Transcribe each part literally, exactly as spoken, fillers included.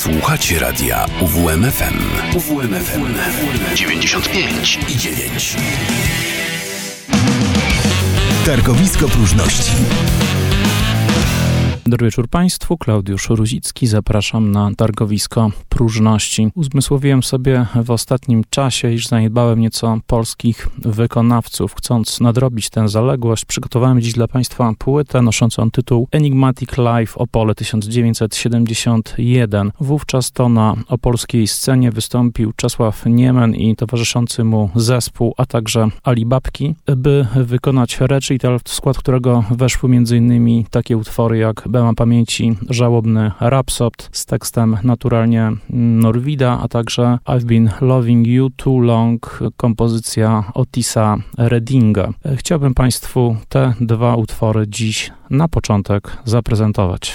Słuchacie radia U W M F M. U W M F M dziewięćdziesiąt pięć i dziewięć. Targowisko próżności. Dobry wieczór Państwu, Klaudiusz Ruzicki, zapraszam na targowisko próżności. Uzmysłowiłem sobie w ostatnim czasie, iż zaniedbałem nieco polskich wykonawców. Chcąc nadrobić tę zaległość, przygotowałem dziś dla Państwa płytę noszącą tytuł Enigmatic Live Opole tysiąc dziewięćset siedemdziesiąt jeden. Wówczas to na opolskiej scenie wystąpił Czesław Niemen i towarzyszący mu zespół, a także Ali Babki, by wykonać recital, w skład którego weszły m.in. takie utwory jak Bema Pamięci, Żałobny Rhapsod z tekstem naturalnie Norwida, a także I've Been Loving You Too Long, kompozycja Otisa Reddinga. Chciałbym Państwu te dwa utwory dziś na początek zaprezentować.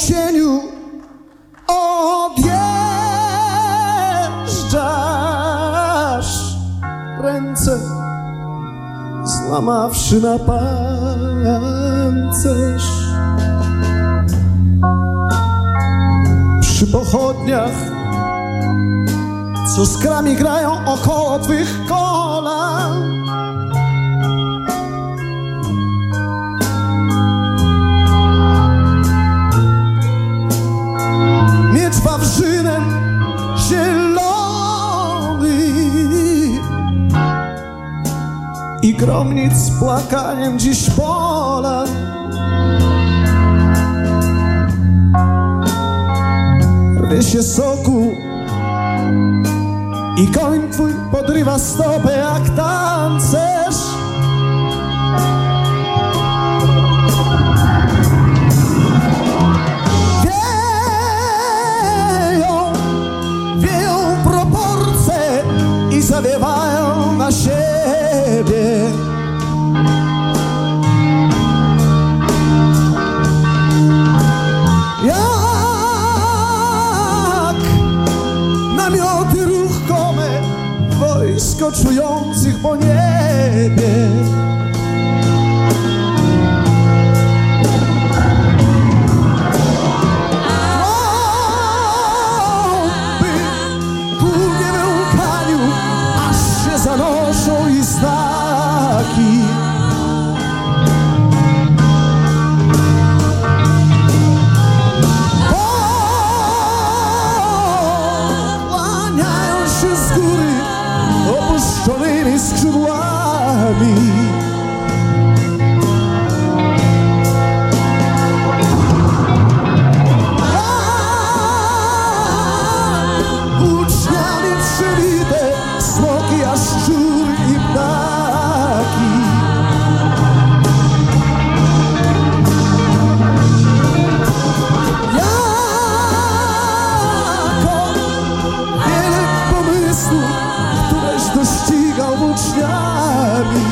cieniu odjeżdżasz, ręce złamawszy na pancerz. Przy pochodniach, co skrami grają około twych kolan, miecz wawrzynem zielony i gromnic z płakaniem dziś polan. Rwie się soku i koń twój podrywa stopę jak tancerz. Wieją, wieją proporcje i zawiewają na siebie. Namioty ruchome wojsko czujących po niebie. Trąby długie we łkaniu, aż się zanoszą i znaki. Opuszczonymi skrzydłami. Włóczniami przybite smoki, a szczury i ptaki. Jako wiele pomysłów, któreś dościgał włóczniami.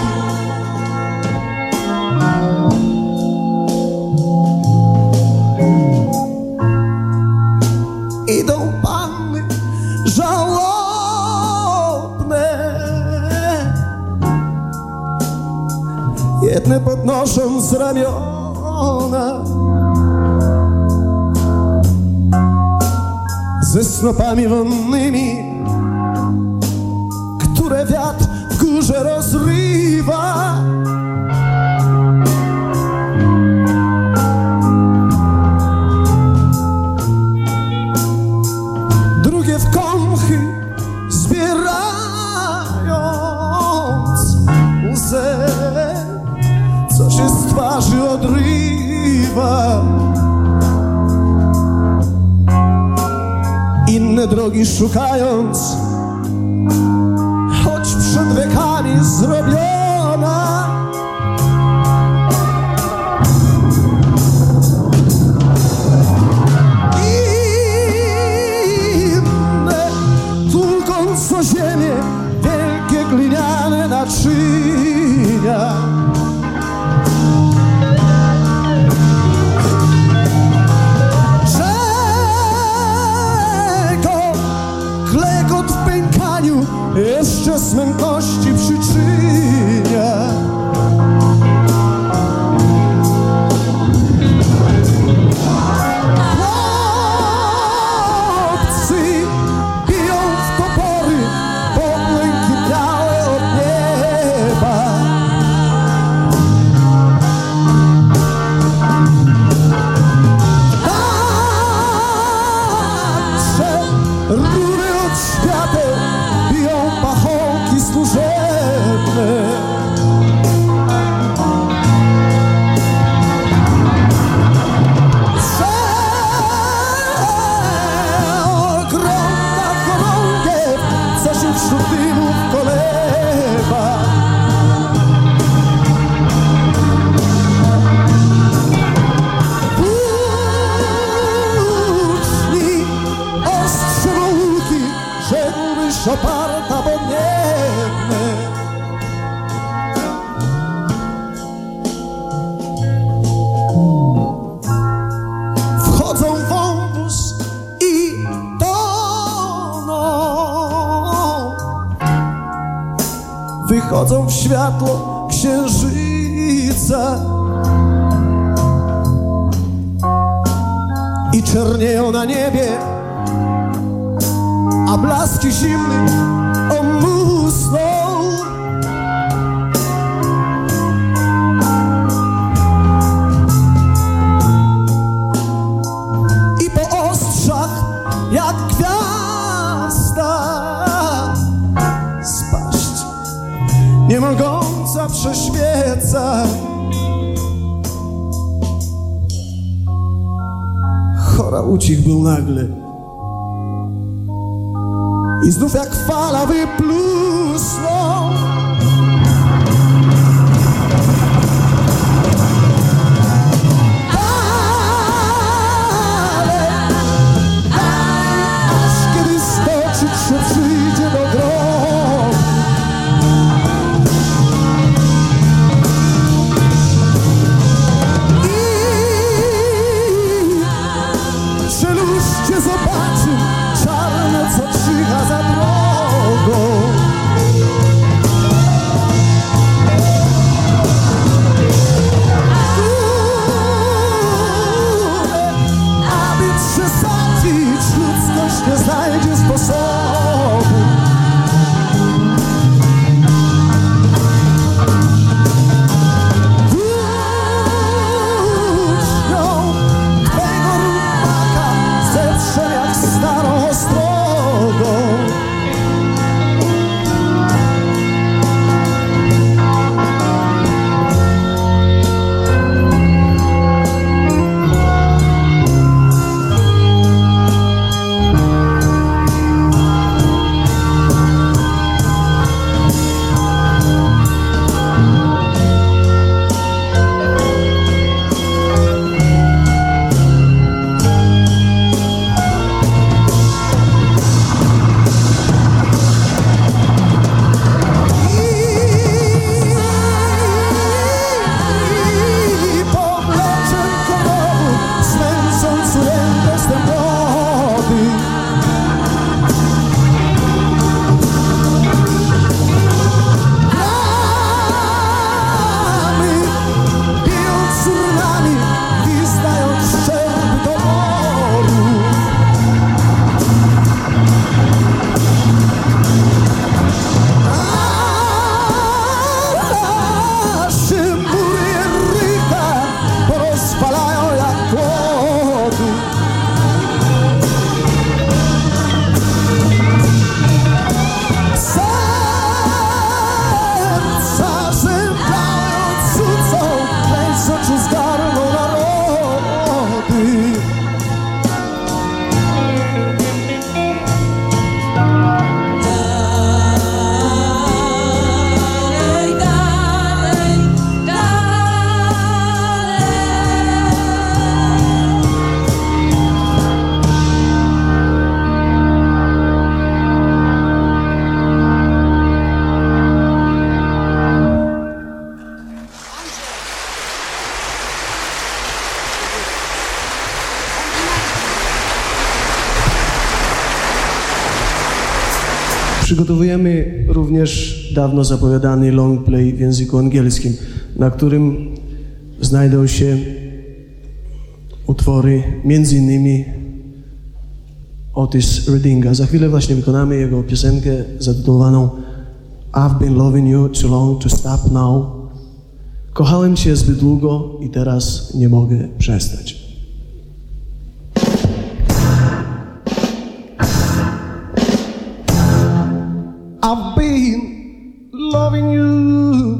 Idą panny żałobne, jedne podnoszą z ramiona ze snopami wonnymi, które wiatr w górze rozrywa. Drugie w kąchy zbierając łzę, co się z twarzy odrywa. Inne drogi szukając, choć przed wiekami zrobiona. Inne tłukąc o ziemię wielkie gliniane naczynia. Klekot w pękaniu jeszcze smętności przyczynia. Chłopcy biją w topory, pobłękitniałe od nieba. Patrzę, rury od świateł biją pachołki służebne. Przeogromna chorągiew, co się wśród dymów kolewa. Włóczni ostrzegą łuki, rzekłbyś oparta podniebne. Wchodzą wchodzą w światło księżyca i czernieją na niebie, a blaski zimnych omusną. I po ostrzach jak gwiazda spaść, nie mogąca przeświecać. Chora ucich był nagle i znów jak fala wyplusnął. Przygotowujemy również dawno zapowiadany long play w języku angielskim, na którym znajdą się utwory między innymi Otis Reddinga. Za chwilę właśnie wykonamy jego piosenkę zatytułowaną I've been loving you too long to stop now. Kochałem cię zbyt długo i teraz nie mogę przestać. I've been loving you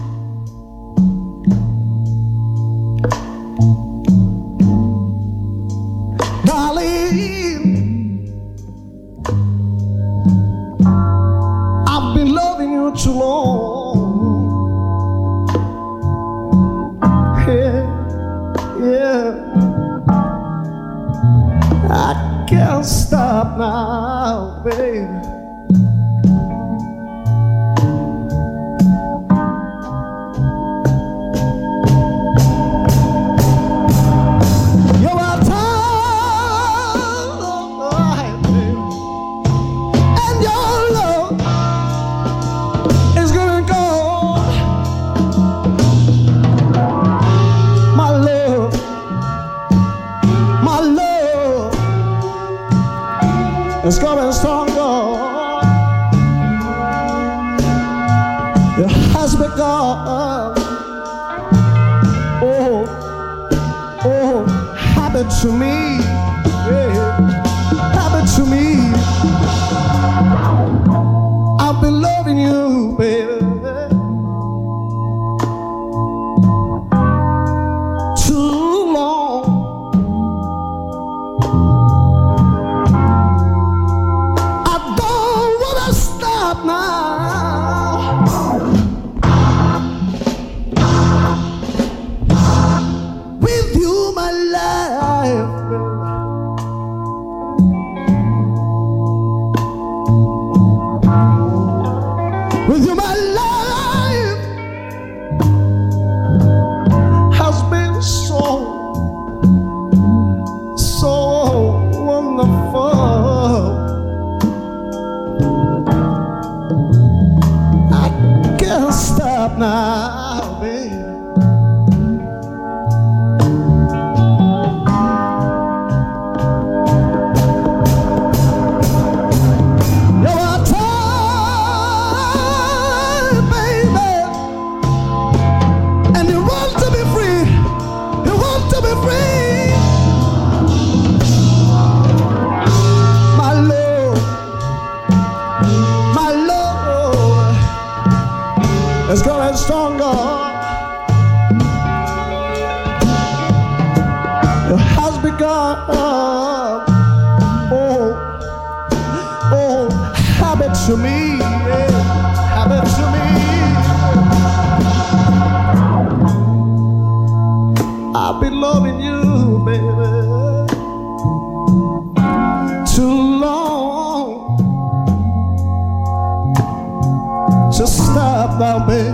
darling, I've been loving you too long. Yeah, yeah, I can't stop now, baby. It's gonna go It's growing stronger. It has begun. Oh, oh, happen to me. Yeah, happen to me. I've been loving you, baby. Now, baby, you're a time, baby, and you want to be free. You want to be free, my love, my love. It's growing stronger. It has begun. Oh, oh, happen to me, yeah, happen to me. I've been loving you, baby, too long. Just stop now, babe.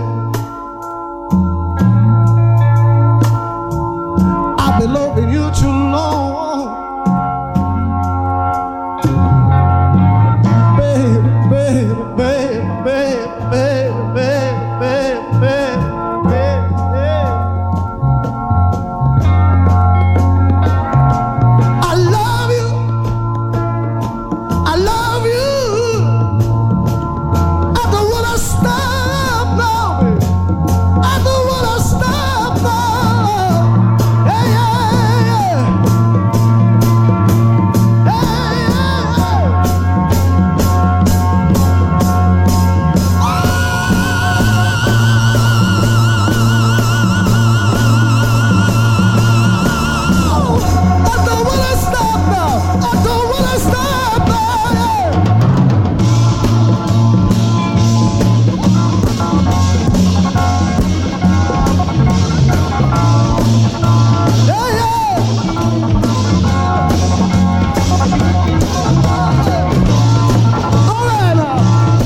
I've been loving you too long. Baby, baby, baby, baby, baby, baby, baby, baby, baby. I love you. I love you. I don't wanna stop now, baby. I don't wanna stop now. Yeah, yeah, yeah. Yeah, yeah, yeah. Oh, I don't wanna stop now. I don't wanna stop now. Yeah, yeah. All right now.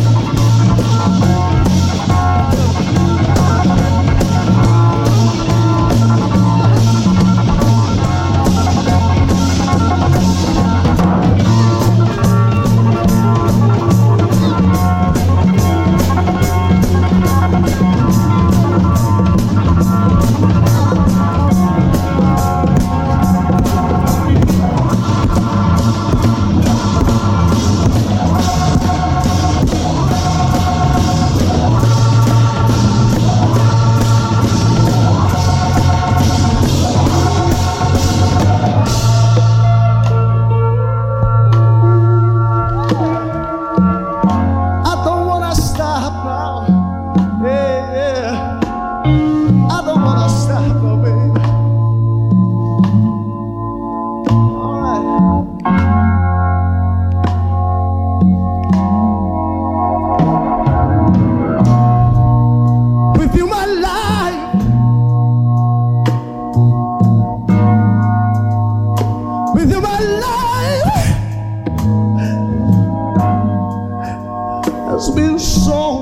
I don't wanna stop now. Yeah, yeah. I don't wanna stop now, baby. All right. With you, my life. With you, my life has been so,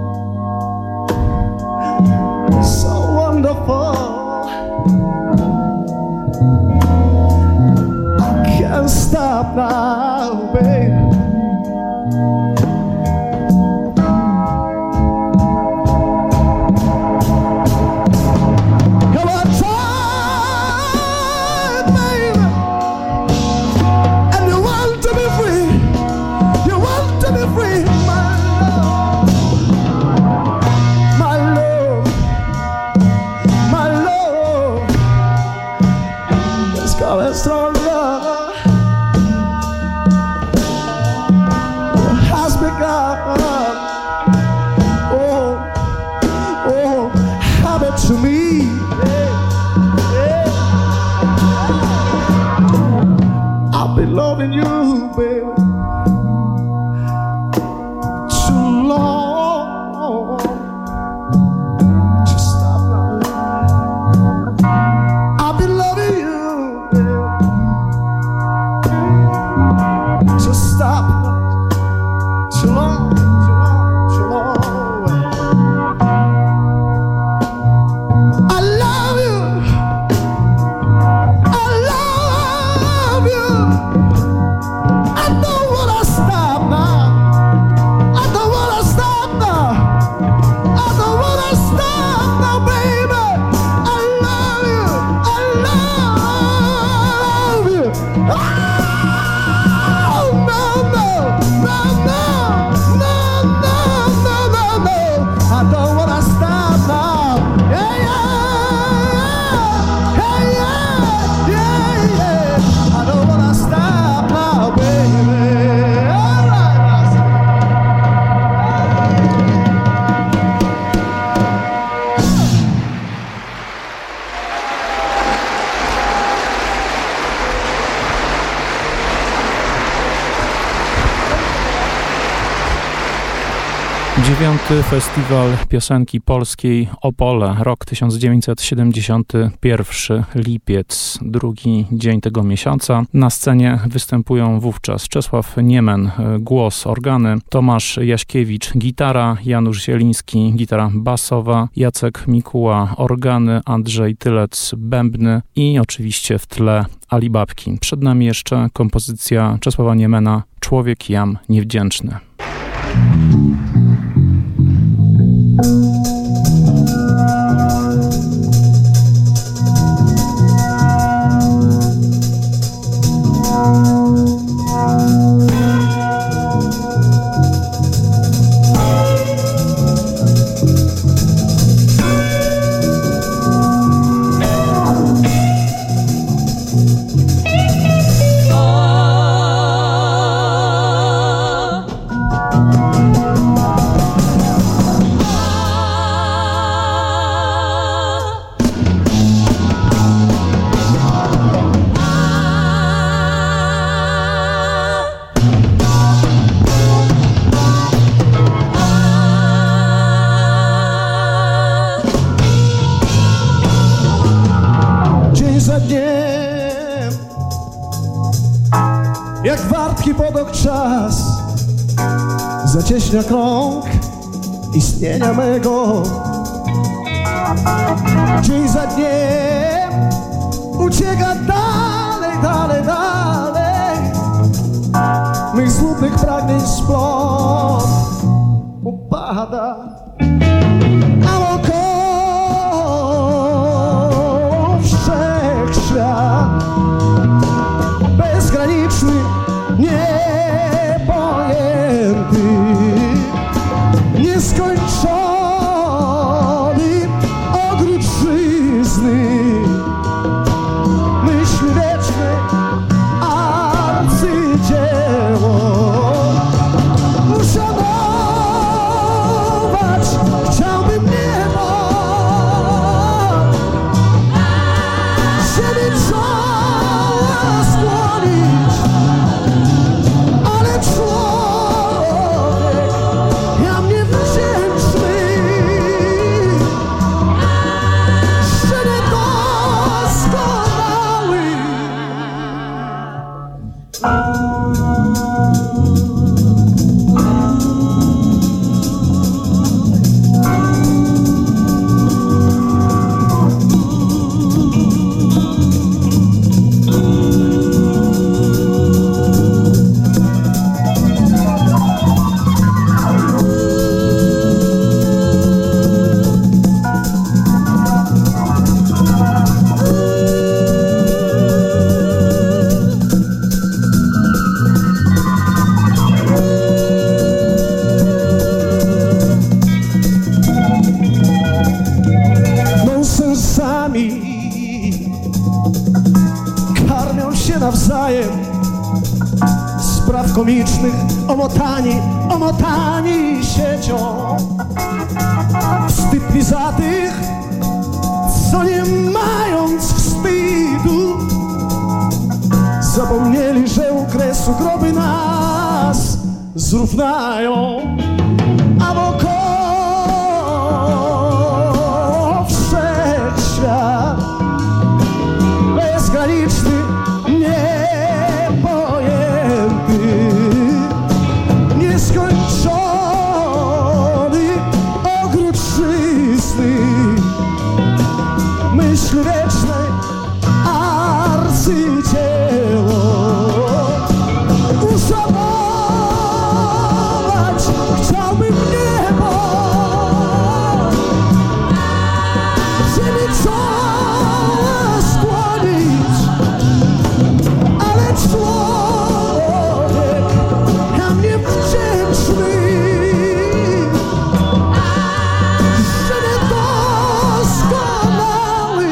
so wonderful. I can't stop now, baby. You're a time, baby, and you want to be free. loving you, baby, too long. Just stop now. I've been loving you, baby, just stop. Too long, too long, too long. I love you. I love you. I don't wanna stop now. I don't wanna stop now. I don't wanna stop now, baby. I love you. I love you. Oh, no, no, no, no. I don't wanna stop now. Yeah, yeah, yeah, yeah, yeah, yeah. I don't wanna stop now, baby. All right, Dziewiąty Festiwal Piosenki Polskiej Opole, rok tysiąc dziewięćset siedemdziesiąty pierwszy, lipiec, drugi dzień tego miesiąca. Na scenie występują wówczas Czesław Niemen, głos, organy, Tomasz Jaśkiewicz, gitara, Janusz Zieliński, gitara basowa, Jacek Mikuła, organy, Andrzej Tylec, bębny i oczywiście w tle Alibabki. Przed nami jeszcze kompozycja Czesława Niemena, Człowiek jam niewdzięczny. Jak wartki podok czas zacieśnia krąg istnienia mego. Dzień za dniem ucieka dalej, dalej, dalej. Mych złudnych pragnień splot upada, a wokoło wszechświat bezgraniczny, niepojęty, nieskończony ogród żyzny, myśl wieczny, arcydzieło. Uszanować chciałbym niebo, ziemi czoła skłonić, ale człowiek jam niewdzięczny, że niedoskonały. Karmią się nawzajem spraw komicznych, omotani, omotani siecią. Wstyd mi za tych, co nie mając wstydu Zapomnieli, że u kresu groby nas zrównają, a wokoło wszechświat bezgraniczny, niepojęty, nieskończony ogród czysty, myśl wiecznej arcydzieło. Uszanować chciałbym niebo, ziemi czoła skłonić, ale człowiek nam niewdzięczny, że niedoskonały.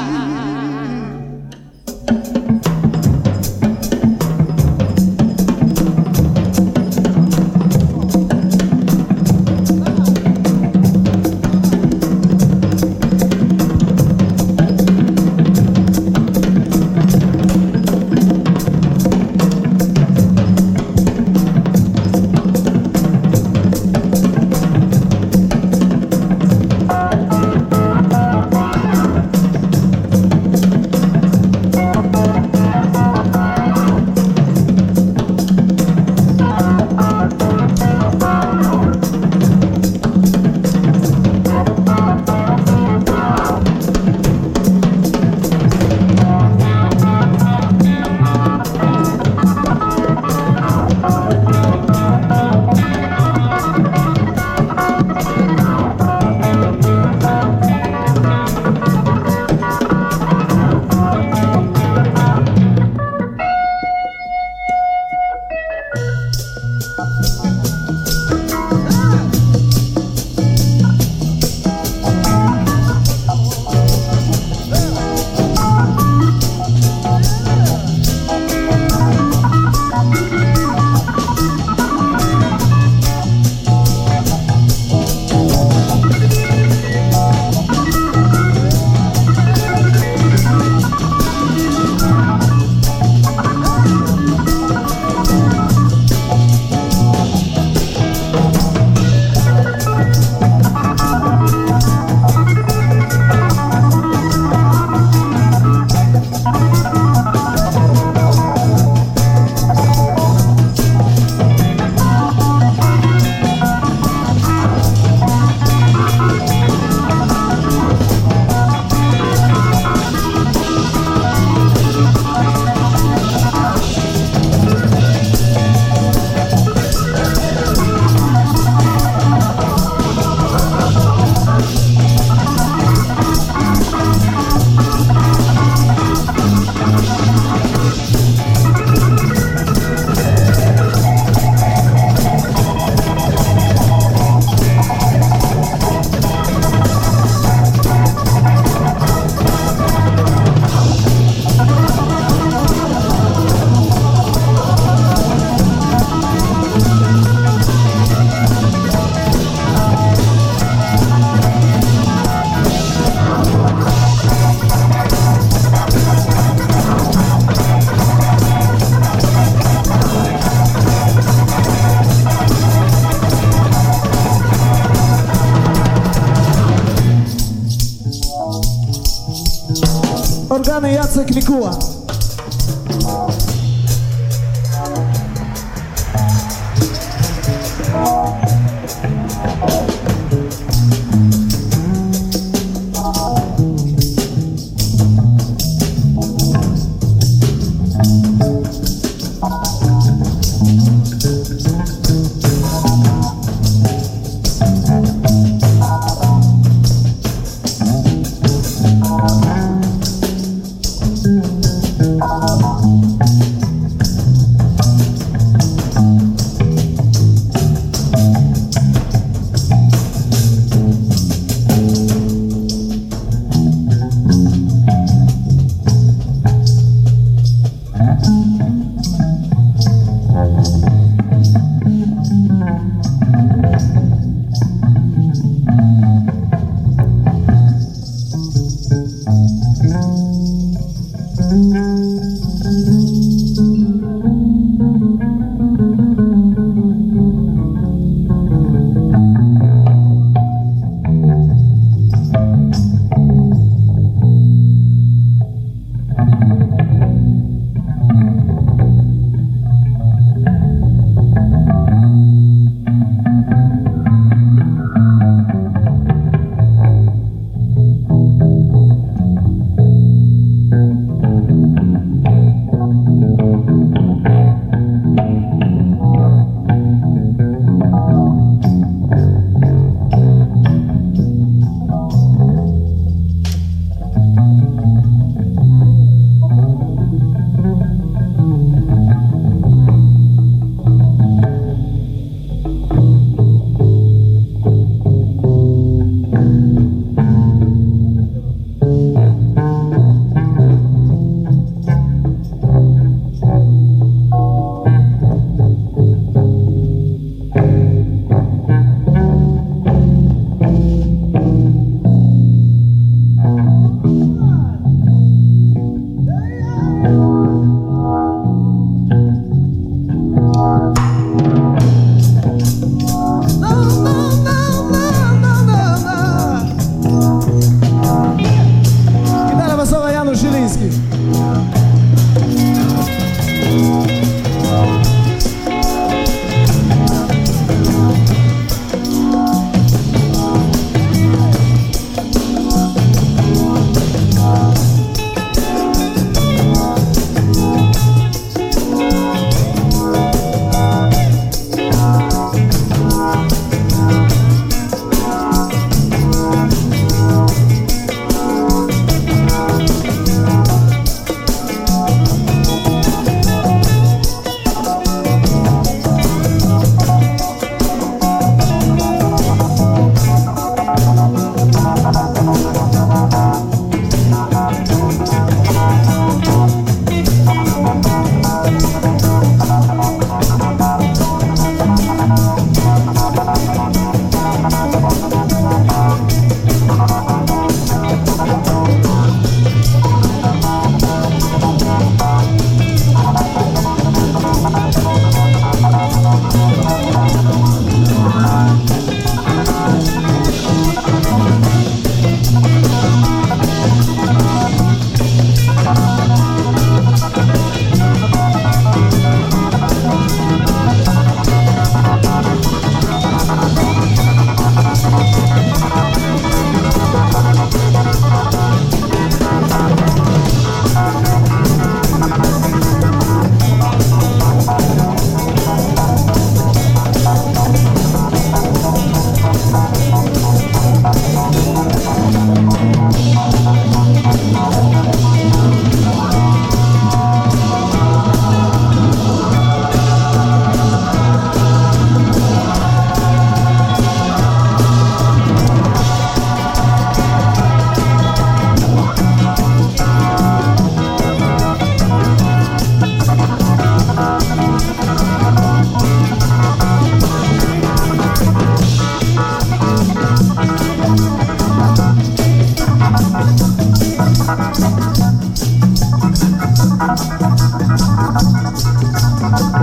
Organy Jacek Mikuła.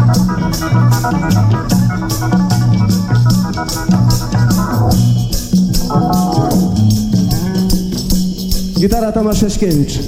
Gitara Tomasz Jaśkiewicz.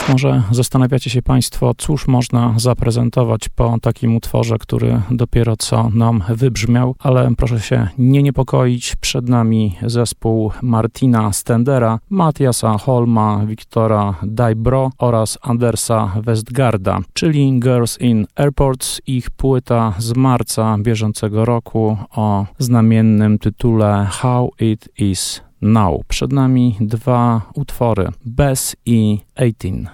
Być może zastanawiacie się Państwo, cóż można zaprezentować po takim utworze, który dopiero co nam wybrzmiał, ale proszę się nie niepokoić. Przed nami zespół Martina Stendera, Mattiasa Holma, Wiktora Dajbro oraz Andersa Westgarda, czyli Girls in Airports, ich płyta z marca bieżącego roku o znamiennym tytule How It Is Now. Przed nami dwa utwory, Bess i eighteen.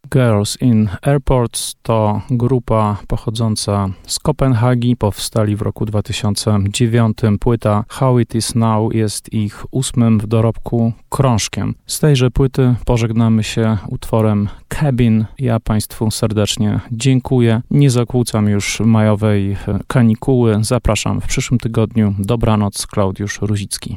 Girls in Airports to grupa pochodząca z Kopenhagi, powstali w roku dwa tysiące dziewiątym. Płyta How It Is Now jest ich ósmym w dorobku krążkiem. Z tejże płyty pożegnamy się utworem Cabin. Ja Państwu serdecznie dziękuję. Nie zakłócam już majowej kanikuły. Zapraszam w przyszłym tygodniu. Dobranoc, Klaudiusz Ruzicki.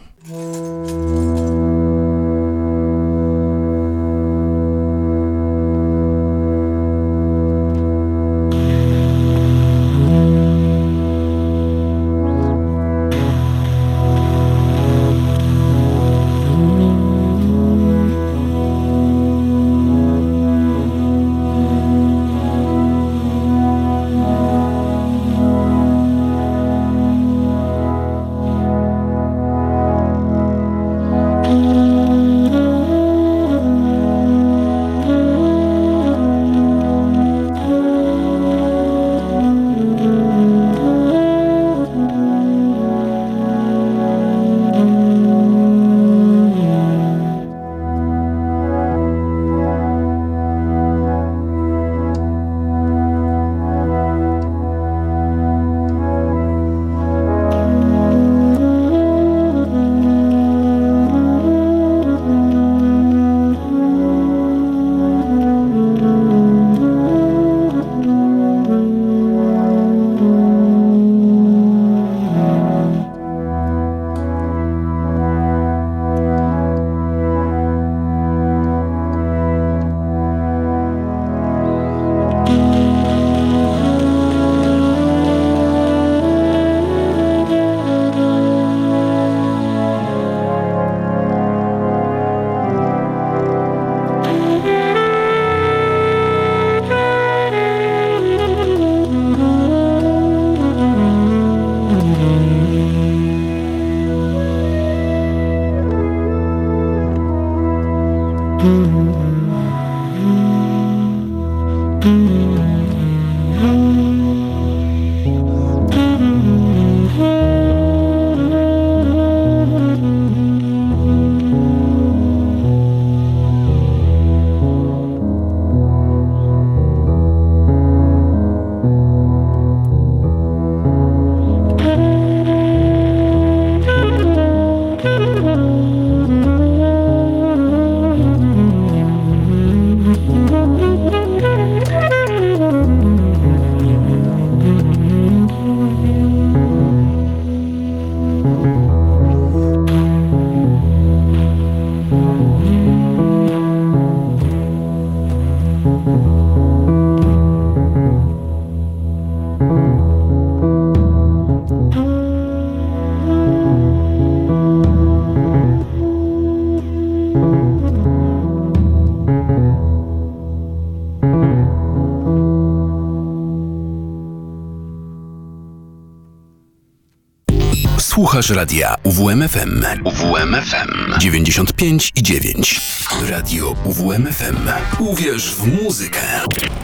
Słuchasz radia U W M F M. U W M F M dziewięćdziesiąt pięć i dziewięć. Radio U W M F M. Uwierz w muzykę.